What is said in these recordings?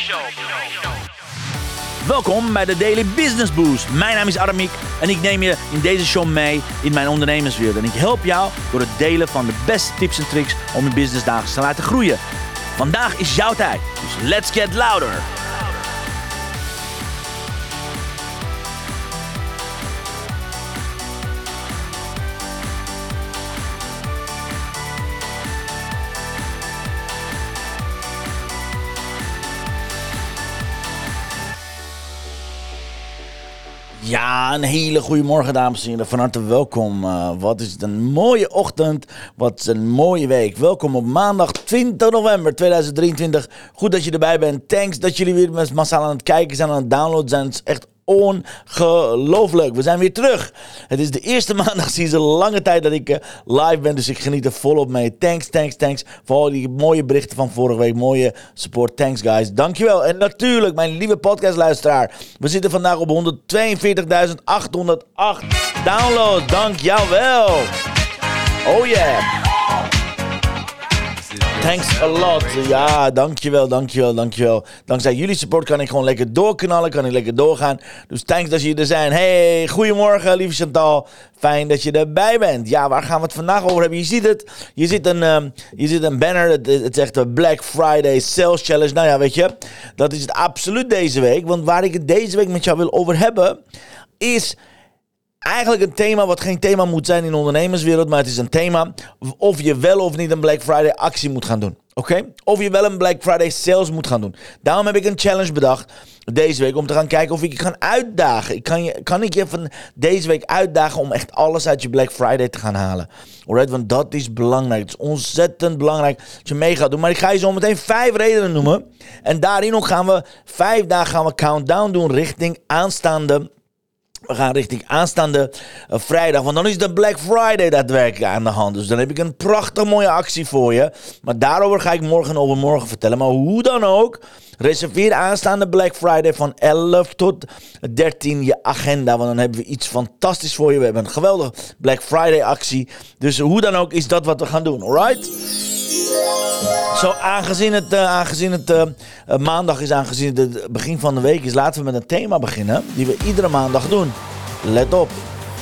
Welkom bij de Daily Business Boost. Mijn naam is Aramik en ik neem je in deze show mee in mijn ondernemerswereld. En ik help jou door het delen van de beste tips en tricks om je business dagelijks te laten groeien. Vandaag is jouw tijd, dus let's get louder. Ja, een hele goede morgen, dames en heren. Van harte welkom. Wat is het een mooie ochtend. Wat is een mooie week. Welkom op maandag 20 november 2023. Goed dat je erbij bent. Thanks dat jullie weer massaal aan het kijken zijn, aan het downloaden zijn. Het is echt ongelooflijk. We zijn weer terug. Het is de eerste maandag sinds een lange tijd dat ik live ben. Dus ik geniet er volop mee. Thanks voor al die mooie berichten van vorige week. Mooie support. Thanks guys. Dankjewel. En natuurlijk mijn lieve podcastluisteraar. We zitten vandaag op 142.808 downloads. Dank jou wel. Oh yeah. Thanks a lot. Ja, dankjewel. Dankzij jullie support kan ik gewoon lekker doorknallen, kan ik lekker doorgaan. Dus thanks dat jullie er zijn. Hey, goedemorgen, lieve Chantal. Fijn dat je erbij bent. Ja, waar gaan we het vandaag over hebben? Je ziet het. Je ziet een banner. Het zegt de Black Friday Sales Challenge. Nou ja, weet je, dat is het absoluut deze week. Want waar ik het deze week met jou wil over hebben, is eigenlijk een thema wat geen thema moet zijn in de ondernemerswereld, maar het is een thema of je wel of niet een Black Friday actie moet gaan doen. Oké? Of je wel een Black Friday sales moet gaan doen. Daarom heb ik een challenge bedacht deze week om te gaan kijken of ik je kan uitdagen. Kan ik je van deze week uitdagen om echt alles uit je Black Friday te gaan halen. Alright? Want dat is belangrijk. Het is ontzettend belangrijk dat je mee gaat doen. Maar ik ga je zo meteen 5 redenen noemen. En daarin ook gaan we 5 dagen countdown doen richting aanstaande. We gaan richting aanstaande vrijdag, want dan is de Black Friday daadwerkelijk aan de hand. Dus dan heb ik een prachtig mooie actie voor je. Maar daarover ga ik morgen en overmorgen vertellen. Maar hoe dan ook, reserveer aanstaande Black Friday van 11 tot 13 je agenda. Want dan hebben we iets fantastisch voor je. We hebben een geweldige Black Friday actie. Dus hoe dan ook is dat wat we gaan doen, alright? Zo, aangezien het maandag is, aangezien het begin van de week is, laten we met een thema beginnen die we iedere maandag doen. Let op.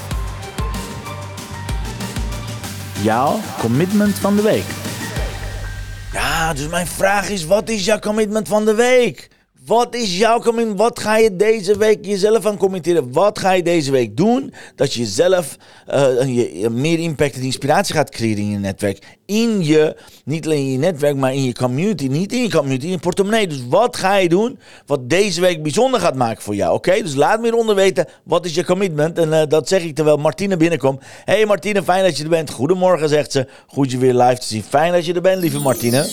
Jouw commitment van de week. Ja, dus mijn vraag is, wat is jouw commitment van de week? Wat is jouw commitment? Wat ga je deze week jezelf aan committeren? Wat ga je deze week doen dat je zelf meer impact en inspiratie gaat creëren in je netwerk? Niet alleen in je netwerk, maar in je community. Niet in je community, in je portemonnee. Dus wat ga je doen wat deze week bijzonder gaat maken voor jou? Oké? Dus laat me hieronder weten, wat is je commitment? En dat zeg ik terwijl Martine binnenkomt. Hey Martine, fijn dat je er bent. Goedemorgen, zegt ze. Goed je weer live te zien. Fijn dat je er bent, lieve Martine.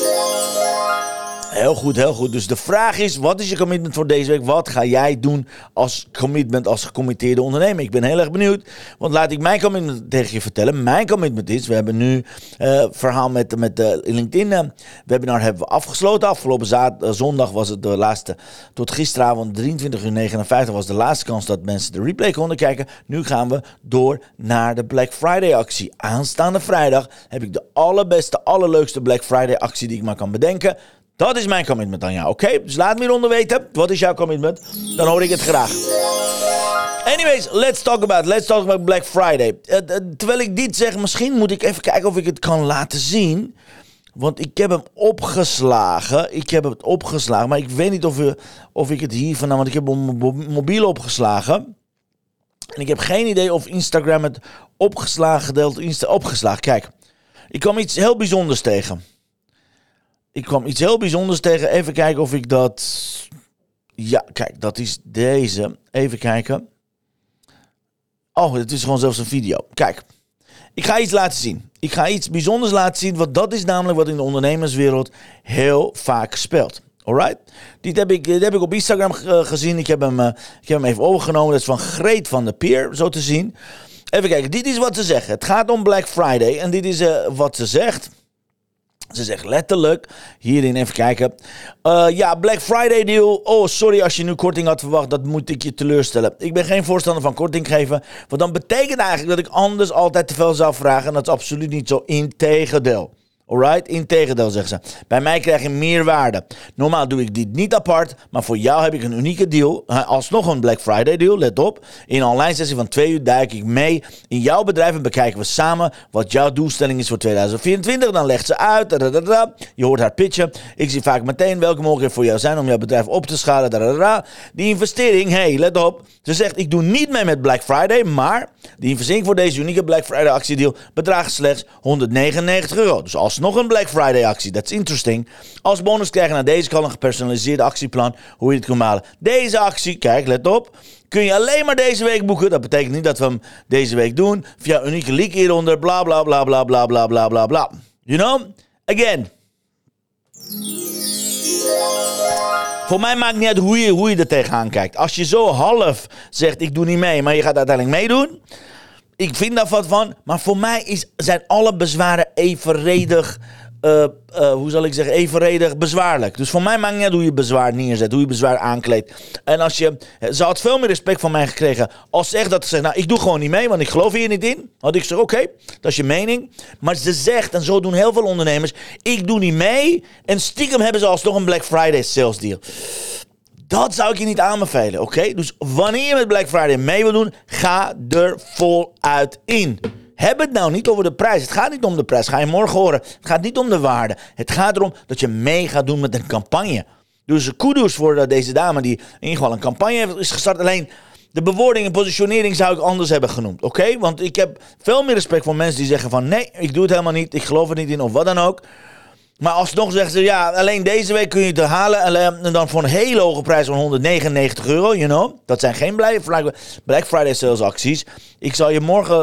Heel goed. Dus de vraag is, wat is je commitment voor deze week? Wat ga jij doen als commitment, als gecommitteerde ondernemer? Ik ben heel erg benieuwd, want laat ik mijn commitment tegen je vertellen. Mijn commitment is, we hebben nu verhaal met de LinkedIn webinar hebben we afgesloten. Afgelopen zondag was het de laatste, tot gisteravond 23:59 was de laatste kans dat mensen de replay konden kijken. Nu gaan we door naar de Black Friday actie. Aanstaande vrijdag heb ik de allerbeste, allerleukste Black Friday actie die ik maar kan bedenken. Dat is mijn commitment aan jou, oké? Dus laat me hieronder weten, wat is jouw commitment? Dan hoor ik het graag. Anyways, let's talk about Black Friday. Terwijl ik dit zeg, misschien moet ik even kijken of ik het kan laten zien. Want ik heb hem opgeslagen. Maar ik weet niet of ik het hier vandaan, want ik heb hem mobiel opgeslagen. En ik heb geen idee of Instagram het opgeslagen. Kijk, ik kwam iets heel bijzonders tegen. Even kijken of ik dat. Ja, kijk, dat is deze. Even kijken. Oh, het is gewoon zelfs een video. Kijk, ik ga iets laten zien. Ik ga iets bijzonders laten zien, want dat is namelijk wat in de ondernemerswereld heel vaak speelt. Alright? Dit heb ik op Instagram gezien. Ik heb hem even overgenomen. Dat is van Greet van de Peer, zo te zien. Even kijken, dit is wat ze zeggen. Het gaat om Black Friday en dit is wat ze zegt. Ze zegt letterlijk, hierin even kijken. Ja, Black Friday deal. Oh, sorry als je nu korting had verwacht. Dat moet ik je teleurstellen. Ik ben geen voorstander van korting geven. Want dan betekent eigenlijk dat ik anders altijd te veel zou vragen. En dat is absoluut niet zo. Integendeel. Alright? Integendeel, zeggen ze. Bij mij krijg je meer waarde. Normaal doe ik dit niet apart, maar voor jou heb ik een unieke deal. Alsnog een Black Friday deal, let op. In een online sessie van 2 uur duik ik mee in jouw bedrijf en bekijken we samen wat jouw doelstelling is voor 2024. Dan legt ze uit. Je hoort haar pitchen. Ik zie vaak meteen welke mogelijkheden voor jou zijn om jouw bedrijf op te schalen. Die investering, hey, let op. Ze zegt, ik doe niet mee met Black Friday, maar die investering voor deze unieke Black Friday actiedeal bedraagt slechts €199. Dus alsnog een Black Friday actie. That's interesting. Als bonus krijg je naar deze kant een gepersonaliseerde actieplan hoe je het kunt halen. Deze actie, kijk, let op, kun je alleen maar deze week boeken. Dat betekent niet dat we hem deze week doen. Via een unieke link hieronder, bla bla bla bla bla bla bla bla bla. You know? Again. Voor mij maakt niet uit hoe je er tegenaan kijkt. Als je zo half zegt, ik doe niet mee, maar je gaat uiteindelijk meedoen. Ik vind daar wat van. Maar voor mij zijn alle bezwaren evenredig, evenredig bezwaarlijk. Dus voor mij maakt niet uit hoe je bezwaar neerzet, hoe je bezwaar aankleedt. En ze had veel meer respect van mij gekregen als ze echt dat ze zegt, nou, ik doe gewoon niet mee, want ik geloof hier niet in. Had ik gezegd, oké, dat is je mening. Maar ze zegt, en zo doen heel veel ondernemers, ik doe niet mee. En stiekem hebben ze alsnog een Black Friday sales deal. Dat zou ik je niet aanbevelen, oké? Dus wanneer je met Black Friday mee wil doen, ga er voluit in. Heb het nou niet over de prijs. Het gaat niet om de prijs. Ga je morgen horen. Het gaat niet om de waarde. Het gaat erom dat je mee gaat doen met een campagne. Dus kudos voor deze dame die in ieder geval een campagne is gestart. Alleen de bewoording en positionering zou ik anders hebben genoemd, oké? Want ik heb veel meer respect voor mensen die zeggen van nee, ik doe het helemaal niet. Ik geloof er niet in of wat dan ook. Maar alsnog zeggen ze, ja, alleen deze week kun je het halen. En dan voor een hele hoge prijs van €199, you know. Dat zijn geen Black Friday sales acties. Ik ga je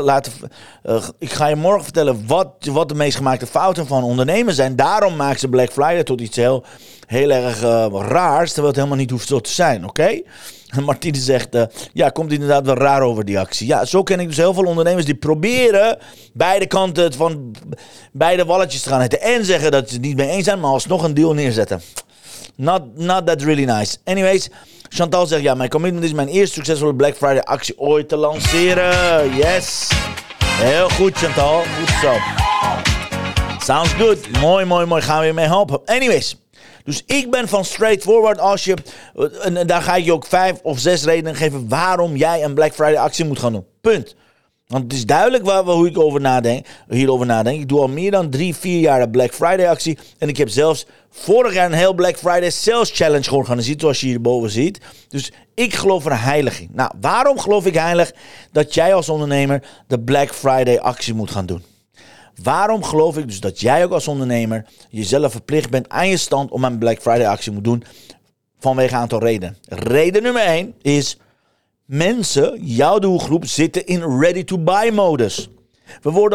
morgen vertellen wat de meest gemaakte fouten van ondernemers zijn. Daarom maken ze Black Friday tot iets heel erg raars, terwijl het helemaal niet hoeft zo te zijn, oké? En Martine zegt, komt inderdaad wel raar over die actie. Ja, zo ken ik dus heel veel ondernemers die proberen beide kanten van beide walletjes te gaan hitten. En zeggen dat ze het niet mee eens zijn, maar alsnog een deal neerzetten. Not that really nice. Anyways, Chantal zegt, ja, mijn commitment is mijn eerste succesvolle Black Friday actie ooit te lanceren. Yes. Heel goed, Chantal. Goed zo. Sounds good. Mooi. Gaan we je mee helpen. Anyways. Dus ik ben van straightforward en daar ga ik je ook 5 of 6 redenen geven waarom jij een Black Friday actie moet gaan doen. Punt. Want het is duidelijk hoe ik hierover nadenk. Ik doe al meer dan 3-4 jaar een Black Friday actie. En ik heb zelfs vorig jaar een heel Black Friday Sales Challenge georganiseerd, zoals je hierboven ziet. Dus ik geloof er heilig in. Nou, waarom geloof ik heilig dat jij als ondernemer de Black Friday actie moet gaan doen? Waarom geloof ik dus dat jij ook als ondernemer jezelf verplicht bent aan je stand om een Black Friday actie moet doen? Vanwege een aantal redenen. Reden nummer 1 is, mensen, jouw doelgroep, zitten in ready-to-buy modus. We worden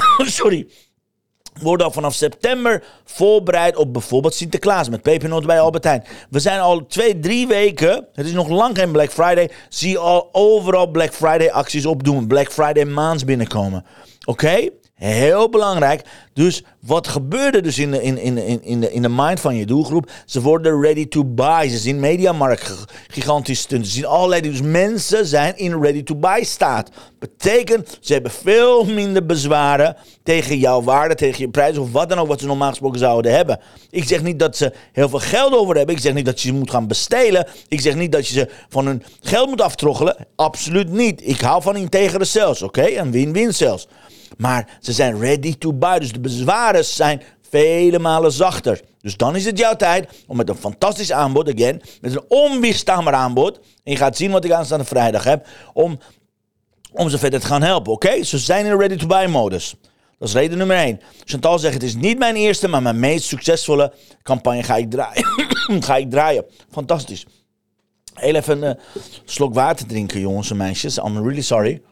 al vanaf september voorbereid op bijvoorbeeld Sinterklaas met pepernoten bij Albert Heijn. We zijn al 2-3 weken, het is nog lang geen Black Friday, zie je al overal Black Friday acties opdoen. Black Friday maands binnenkomen. Oké? Heel belangrijk. Dus wat gebeurde dus in de mind van je doelgroep? Ze worden ready to buy. Ze zien Mediamarkt gigantisch stunten. Ze zien allerlei. Dus mensen zijn in ready to buy staat. Betekent, ze hebben veel minder bezwaren tegen jouw waarde, tegen je prijs of wat dan ook wat ze normaal gesproken zouden hebben. Ik zeg niet dat ze heel veel geld over hebben. Ik zeg niet dat je ze moet gaan bestelen. Ik zeg niet dat je ze van hun geld moet aftroggelen. Absoluut niet. Ik hou van integere sales, oké? En win-win sales. Maar ze zijn ready to buy. Dus de bezwaren zijn vele malen zachter. Dus dan is het jouw tijd om met een fantastisch aanbod, again, met een onweerstaanbaar aanbod, en je gaat zien wat ik aanstaande vrijdag heb, om ze verder te gaan helpen, oké? Ze zijn in ready to buy modus. Dat is reden nummer 1. Chantal zegt, het is niet mijn eerste, maar mijn meest succesvolle campagne ga ik draaien. Fantastisch. Heel even een slok water drinken, jongens en meisjes. I'm really sorry.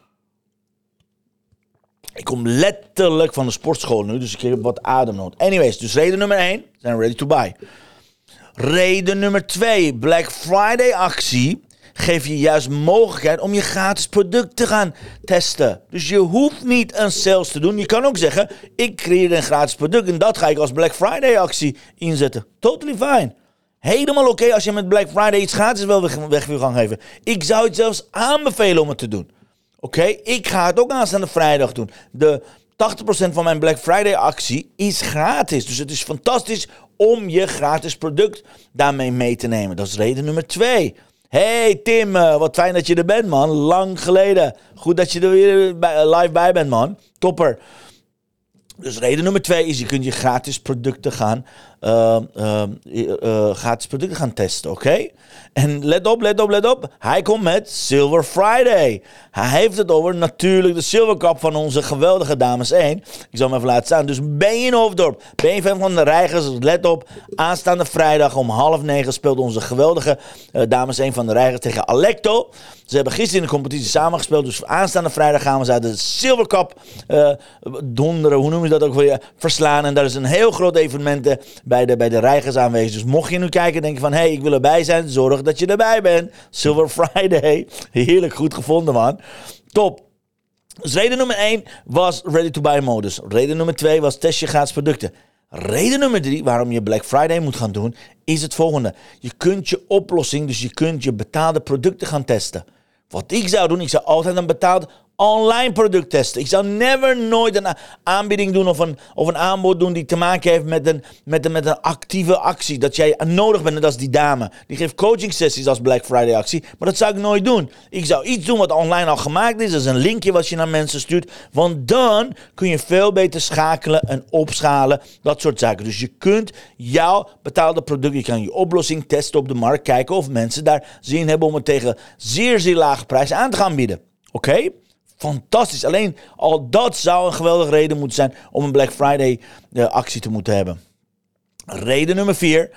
Ik kom letterlijk van de sportschool nu, dus ik heb wat ademnood. Anyways, dus reden nummer 1, zijn ready to buy. Reden nummer 2, Black Friday actie geeft je juist mogelijkheid om je gratis product te gaan testen. Dus je hoeft niet een sales te doen. Je kan ook zeggen, ik creëer een gratis product en dat ga ik als Black Friday actie inzetten. Totally fine. Helemaal oké als je met Black Friday iets gratis weg wil gaan geven. Ik zou het zelfs aanbevelen om het te doen. Oké, ik ga het ook aanstaande vrijdag doen. De 80% van mijn Black Friday actie is gratis. Dus het is fantastisch om je gratis product daarmee mee te nemen. Dat is reden nummer 2. Hey Tim, wat fijn dat je er bent, man. Lang geleden. Goed dat je er weer live bij bent, man. Topper. Dus reden nummer 2 is, je kunt je gratis producten gaan testen, oké? En let op. Hij komt met Silver Friday. Hij heeft het over natuurlijk de Silver Cup van onze geweldige Dames 1. Ik zal hem even laten staan. Dus ben je in Hoofddorp, ben je fan van de Reigers, let op. Aanstaande vrijdag om 8:30 speelt onze geweldige Dames 1 van de Reigers tegen Alecto. Ze hebben gisteren in de competitie samengespeeld. Dus aanstaande vrijdag gaan we ze uit de Silver Cup donderen. Hoe noem je dat ook weer? Verslaan. En daar is een heel groot evenement bij de Reigers aanwezig. Dus mocht je nu kijken en denken van, hey, ik wil erbij zijn, zorg dat je erbij bent. Silver Friday. Heerlijk goed gevonden, man. Top. Dus reden nummer 1 was ready-to-buy modus. Reden nummer 2 was test je gratis producten. Reden nummer 3 waarom je Black Friday moet gaan doen, is het volgende. Je kunt je oplossing, dus je kunt je betaalde producten gaan testen. Wat ik zou doen, ik zou altijd een betaald online product testen. Ik zou nooit een aanbieding doen of een aanbod doen die te maken heeft met een actieve actie. Dat jij nodig bent, net als die dame. Die geeft coaching sessies als Black Friday actie. Maar dat zou ik nooit doen. Ik zou iets doen wat online al gemaakt is. Dat is een linkje wat je naar mensen stuurt. Want dan kun je veel beter schakelen en opschalen. Dat soort zaken. Dus je kunt jouw betaalde product, je kan je oplossing testen op de markt. Kijken of mensen daar zin hebben om het tegen zeer, zeer lage prijs aan te gaan bieden. Oké? Fantastisch. Alleen al dat zou een geweldige reden moeten zijn om een Black Friday actie te moeten hebben. Reden nummer 4.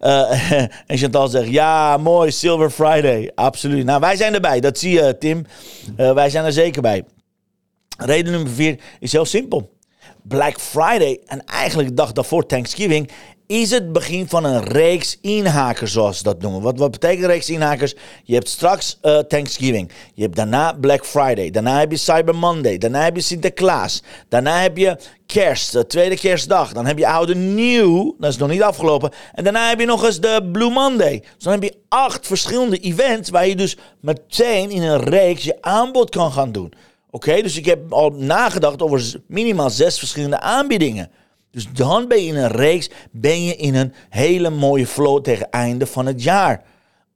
En Chantal zegt, ja, mooi, Silver Friday. Absoluut. Nou, wij zijn erbij. Dat zie je, Tim. Wij zijn er zeker bij. Reden nummer 4 is heel simpel. Black Friday en eigenlijk de dag daarvoor Thanksgiving is het begin van een reeks inhakers, zoals ze dat noemen. Wat betekent reeks inhakers? Je hebt straks Thanksgiving. Je hebt daarna Black Friday. Daarna heb je Cyber Monday. Daarna heb je Sinterklaas. Daarna heb je Kerst, de tweede kerstdag. Dan heb je Oude Nieuw. Dat is nog niet afgelopen. En daarna heb je nog eens de Blue Monday. Dus dan heb je 8 verschillende events waar je dus meteen in een reeks je aanbod kan gaan doen. Oké, dus ik heb al nagedacht over minimaal 6 verschillende aanbiedingen. Dus dan ben je in een reeks, ben je in een hele mooie flow tegen het einde van het jaar.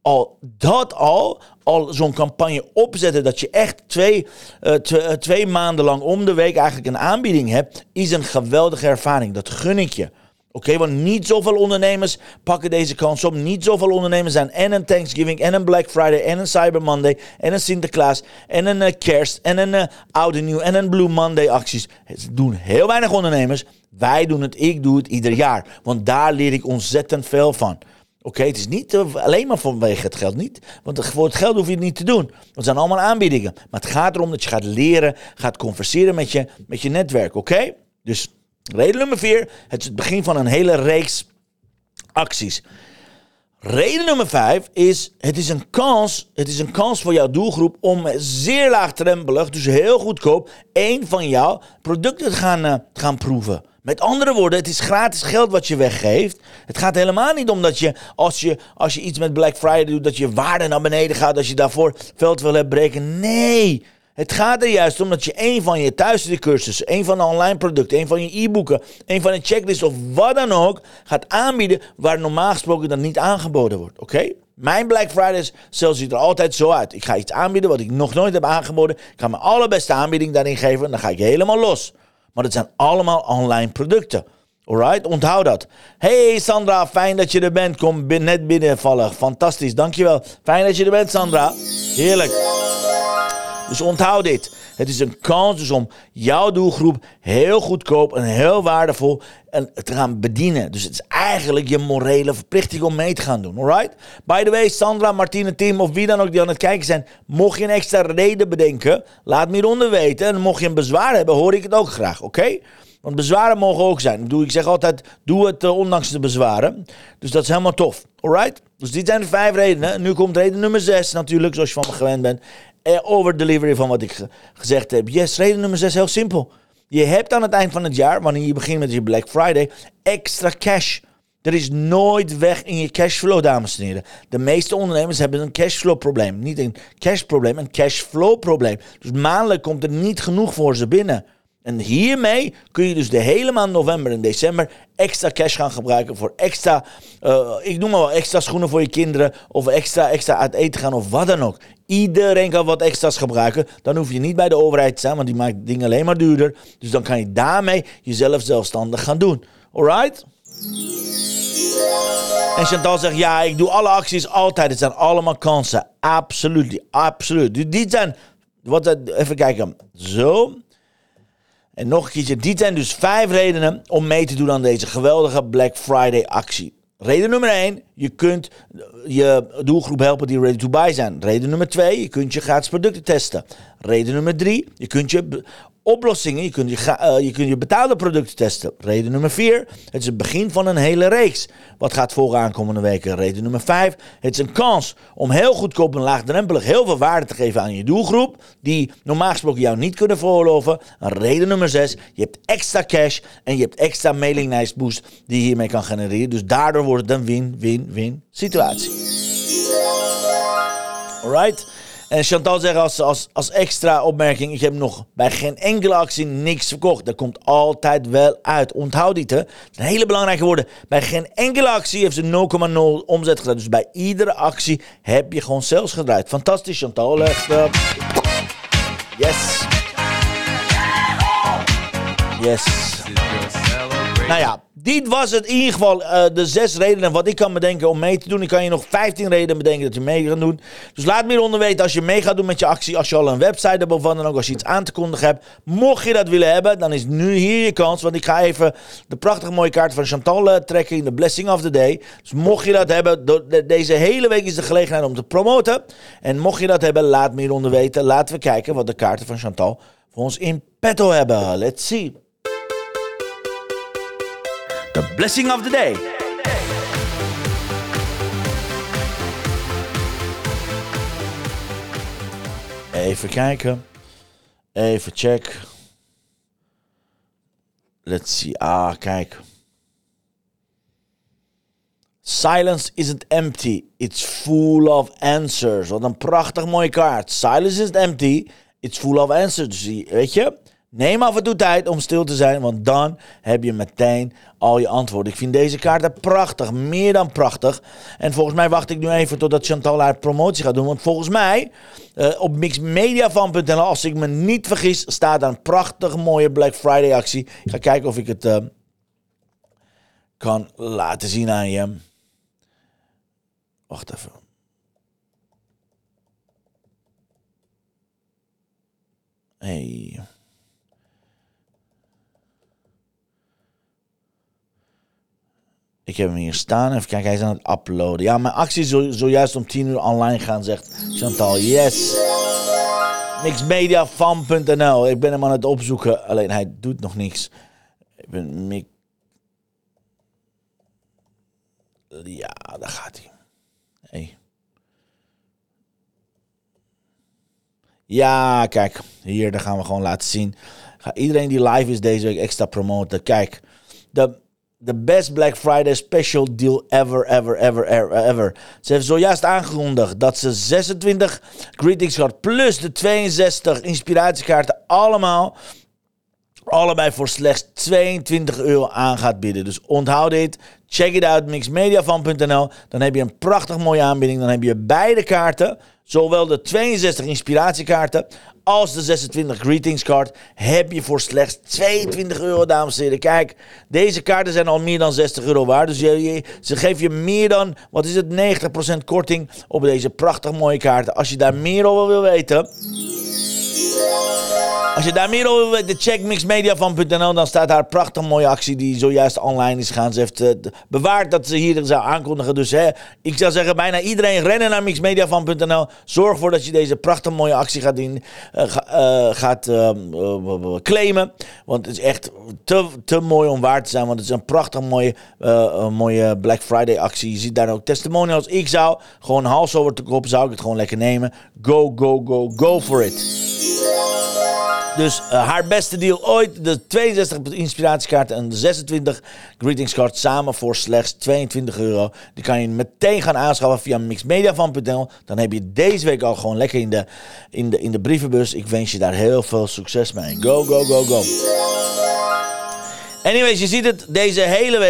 Al zo'n campagne opzetten dat je echt twee maanden lang om de week eigenlijk een aanbieding hebt, is een geweldige ervaring. Dat gun ik je. Oké, want niet zoveel ondernemers pakken deze kans op. Niet zoveel ondernemers zijn en een Thanksgiving en een Black Friday en een Cyber Monday en een Sinterklaas en een Kerst en een Oude Nieuw en een Blue Monday acties. Het doen heel weinig ondernemers. Wij doen het, ik doe het ieder jaar. Want daar leer ik ontzettend veel van. Oké, het is niet alleen maar vanwege het geld niet. Want voor het geld hoef je het niet te doen. Dat zijn allemaal aanbiedingen. Maar het gaat erom dat je gaat leren, gaat converseren met je netwerk. Oké? Dus reden nummer 4. Het is het begin van een hele reeks acties. Reden nummer 5 is, het is een kans voor jouw doelgroep om zeer laagdrempelig, dus heel goedkoop, één van jouw producten te gaan proeven. Met andere woorden, het is gratis geld wat je weggeeft. Het gaat helemaal niet om dat je, als je iets met Black Friday doet, dat je waarde naar beneden gaat, als je daarvoor veld wil hebben breken. Nee, het gaat er juist om dat je een van je thuiscursussen, een van de online producten, een van je e-boeken, een van de checklist of wat dan ook gaat aanbieden waar normaal gesproken dan niet aangeboden wordt. Oké? Mijn Black Friday ziet er altijd zo uit. Ik ga iets aanbieden wat ik nog nooit heb aangeboden. Ik ga mijn allerbeste aanbieding daarin geven en dan ga ik helemaal los. Maar het zijn allemaal online producten. Alright, onthoud dat. Hey Sandra, fijn dat je er bent. Kom net binnenvallen. Fantastisch, dankjewel. Fijn dat je er bent, Sandra. Heerlijk. Dus onthoud dit. Het is een kans dus om jouw doelgroep heel goedkoop en heel waardevol te gaan bedienen. Dus het is eigenlijk je morele verplichting om mee te gaan doen. Alright? By the way, Sandra, Martine, Tim of wie dan ook die aan het kijken zijn. Mocht je een extra reden bedenken, laat me hieronder weten. En mocht je een bezwaar hebben, hoor ik het ook graag. Oké? Want bezwaren mogen ook zijn. Ik zeg altijd, doe het ondanks de bezwaren. Dus dat is helemaal tof. Alright? Dus dit zijn de 5 redenen. Nu komt reden nummer 6 natuurlijk, zoals je van me gewend bent. Over delivery van wat ik gezegd heb. Yes, reden nummer 6, heel simpel. Je hebt aan het eind van het jaar, wanneer je begint met je Black Friday, extra cash. Er is nooit weg in je cashflow, dames en heren. De meeste ondernemers hebben een cashflow probleem. Niet een cash probleem, een cashflow probleem. Dus maandelijk komt er niet genoeg voor ze binnen. En hiermee kun je dus de hele maand november en december extra cash gaan gebruiken voor extra, ik noem maar wel extra schoenen voor je kinderen of extra uit eten gaan of wat dan ook. Iedereen kan wat extra's gebruiken. Dan hoef je niet bij de overheid te zijn, want die maakt dingen alleen maar duurder. Dus dan kan je daarmee jezelf zelfstandig gaan doen. Alright? En Chantal zegt, ja, ik doe alle acties altijd. Het zijn allemaal kansen. Absoluut. Absoluut. Die zijn, even kijken. Zo. En nog een keertje. Dit zijn dus 5 redenen om mee te doen aan deze geweldige Black Friday actie. Reden nummer 1, je kunt je doelgroep helpen die ready to buy zijn. Reden nummer 2, je kunt je gratis producten testen. Reden nummer 3, je kunt je oplossingen, je kunt je betaalde producten testen. Reden nummer 4, het is het begin van een hele reeks. Wat gaat volgen aankomende weken? Reden nummer 5, het is een kans om heel goedkoop en laagdrempelig heel veel waarde te geven aan je doelgroep, die normaal gesproken jou niet kunnen veroorloven. Reden nummer 6, je hebt extra cash en je hebt extra mailinglijstboost die je hiermee kan genereren. Dus daardoor wordt het een win-win-win situatie. Alright? En Chantal zegt als extra opmerking, ik heb nog bij geen enkele actie niks verkocht. Dat komt altijd wel uit. Onthoud dit, hè. Het is een hele belangrijke woorden. Bij geen enkele actie heeft ze 0,0 omzet gedaan. Dus bij iedere actie heb je gewoon sales gedraaid. Fantastisch, Chantal. Yes. Yes. Nou ja, dit was het in ieder geval de 6 redenen wat ik kan bedenken om mee te doen. Ik kan je nog 15 redenen bedenken dat je mee gaat doen. Dus laat me hieronder weten als je mee gaat doen met je actie. Als je al een website hebt of dan ook als je iets aan te kondigen hebt. Mocht je dat willen hebben, dan is nu hier je kans. Want ik ga even de prachtige mooie kaart van Chantal trekken in de Blessing of the Day. Dus mocht je dat hebben, deze hele week is de gelegenheid om te promoten. En mocht je dat hebben, laat me hieronder weten. Laten we kijken wat de kaarten van Chantal voor ons in petto hebben. Let's see. The Blessing of the Day. Even kijken. Even check. Let's see. Kijk. Silence isn't empty. It's full of answers. Wat een prachtig mooie kaart. Silence isn't empty. It's full of answers. Dus, weet je? Neem af en toe tijd om stil te zijn, want dan heb je meteen al je antwoorden. Ik vind deze kaarten prachtig, meer dan prachtig. En volgens mij wacht ik nu even totdat Chantal haar promotie gaat doen. Want volgens mij op mixmediafan.nl, als ik me niet vergis, staat daar een prachtige mooie Black Friday actie. Ik ga kijken of ik het kan laten zien aan je. Wacht even. Hey. Ik heb hem hier staan. Even kijken, hij is aan het uploaden. Ja, mijn actie is zojuist om 10 uur online gaan, zegt Chantal. Yes. Mixmediafan.nl. Ik ben hem aan het opzoeken. Alleen hij doet nog niks. Ik ben Ja, daar gaat hij. Hey. Ja, kijk. Hier, daar gaan we gewoon laten zien. Ga iedereen die live is deze week extra promoten. Kijk. The best Black Friday special deal ever. Ze heeft zojuist aangekondigd dat ze 26 greetingskaarten plus de 62 inspiratiekaarten allebei voor slechts €22 aan gaat bieden. Dus onthoud dit. Check it out, mixmediafan.nl. Dan heb je een prachtig mooie aanbieding. Dan heb je beide kaarten, zowel de 62 inspiratiekaarten als de 26 greetingskaart, heb je voor slechts €22, dames en heren. Kijk, deze kaarten zijn al meer dan €60 waard. Dus ze geven je meer dan, 90% korting op deze prachtig mooie kaarten. Als je daar meer over wil weten, check mixmediafan.nl. Dan staat daar een prachtig mooie actie die zojuist online is gegaan. Ze heeft bewaard dat ze hier zou aankondigen. Dus ik zou zeggen, bijna iedereen rennen naar mixmediafan.nl. Zorg ervoor dat je deze prachtig mooie actie gaat claimen. Want het is echt te mooi om waar te zijn. Want het is een prachtig mooie Black Friday actie. Je ziet daar ook testimonials. Ik zou gewoon hals over de kop zou ik het gewoon lekker nemen. Go for it. Dus haar beste deal ooit. De 62 inspiratiekaarten en de 26 greetingscards samen voor slechts €22. Die kan je meteen gaan aanschaffen via mixmediafan.nl. Dan heb je deze week al gewoon lekker in de brievenbus. Ik wens je daar heel veel succes mee. Go, go, go, go. Anyways, je ziet het. Deze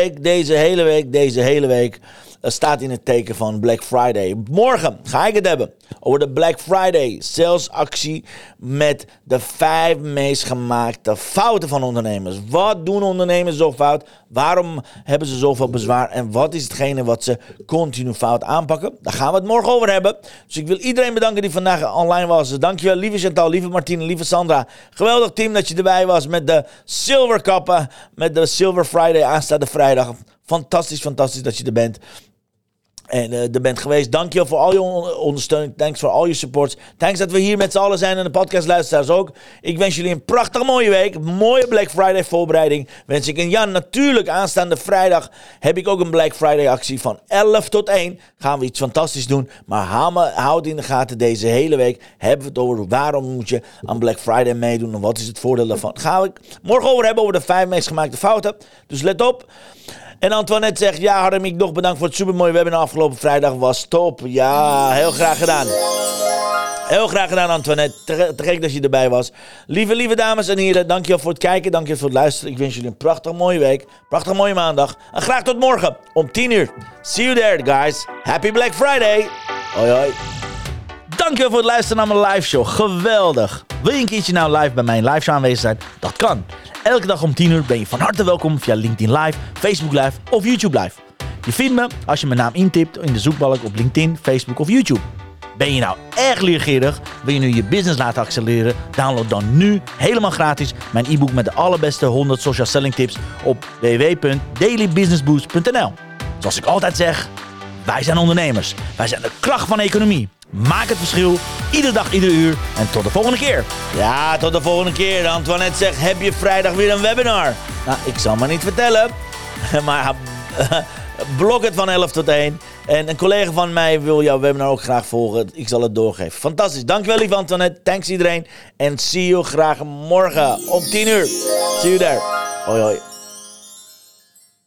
hele week staat in het teken van Black Friday. Morgen ga ik het hebben over de Black Friday salesactie met de 5 meest gemaakte fouten van ondernemers. Wat doen ondernemers zo fout? Waarom hebben ze zoveel bezwaar? En wat is hetgene wat ze continu fout aanpakken? Daar gaan we het morgen over hebben. Dus ik wil iedereen bedanken die vandaag online was. Dankjewel, lieve Chantal, lieve Martine, lieve Sandra. Geweldig team dat je erbij was met de Silverkappen, met de Silver Friday aanstaande vrijdag. Fantastisch dat je er bent. En er bent geweest. Dankjewel voor al je ondersteuning. Thanks voor al je supports. Thanks dat we hier met z'n allen zijn en de podcastluisteraars ook. Ik wens jullie een prachtig mooie week. Mooie Black Friday voorbereiding wens ik. En ja, natuurlijk aanstaande vrijdag heb ik ook een Black Friday actie van 11 tot 1. Gaan we iets fantastisch doen. Maar houd in de gaten, deze hele week hebben we het over waarom moet je aan Black Friday meedoen en wat is het voordeel daarvan. Gaan we morgen over hebben over de 5 meest gemaakte fouten. Dus let op. En Antoinette zegt, ja Harm, nog bedankt voor het supermooie webinar afgelopen vrijdag. Was top. Ja, heel graag gedaan. Heel graag gedaan, Antoinette. Te gek dat je erbij was. Lieve dames en heren, dankjewel voor het kijken. Dankjewel voor het luisteren. Ik wens jullie een prachtig mooie week. Prachtig mooie maandag. En graag tot morgen om 10 uur. See you there, guys. Happy Black Friday. Hoi, hoi. Dankjewel voor het luisteren naar mijn live show. Geweldig. Wil je een keertje nou live bij mijn live show aanwezig zijn? Dat kan. Elke dag om 10 uur ben je van harte welkom via LinkedIn Live, Facebook Live of YouTube Live. Je vindt me als je mijn naam intipt in de zoekbalk op LinkedIn, Facebook of YouTube. Ben je nou erg leergierig? Wil je nu je business laten accelereren? Download dan nu helemaal gratis mijn e-book met de allerbeste 100 social selling tips op www.dailybusinessboost.nl. Zoals ik altijd zeg, wij zijn ondernemers. Wij zijn de kracht van de economie. Maak het verschil, iedere dag, iedere uur. En tot de volgende keer. Ja, tot de volgende keer. Antoinette zegt, heb je vrijdag weer een webinar? Nou, ik zal maar niet vertellen. Maar blok het van 11 tot 1. En een collega van mij wil jouw webinar ook graag volgen. Ik zal het doorgeven. Fantastisch. Dankjewel, lieve Antoinette. Thanks iedereen. En see you graag morgen om 10 uur. See you there. Hoi, hoi.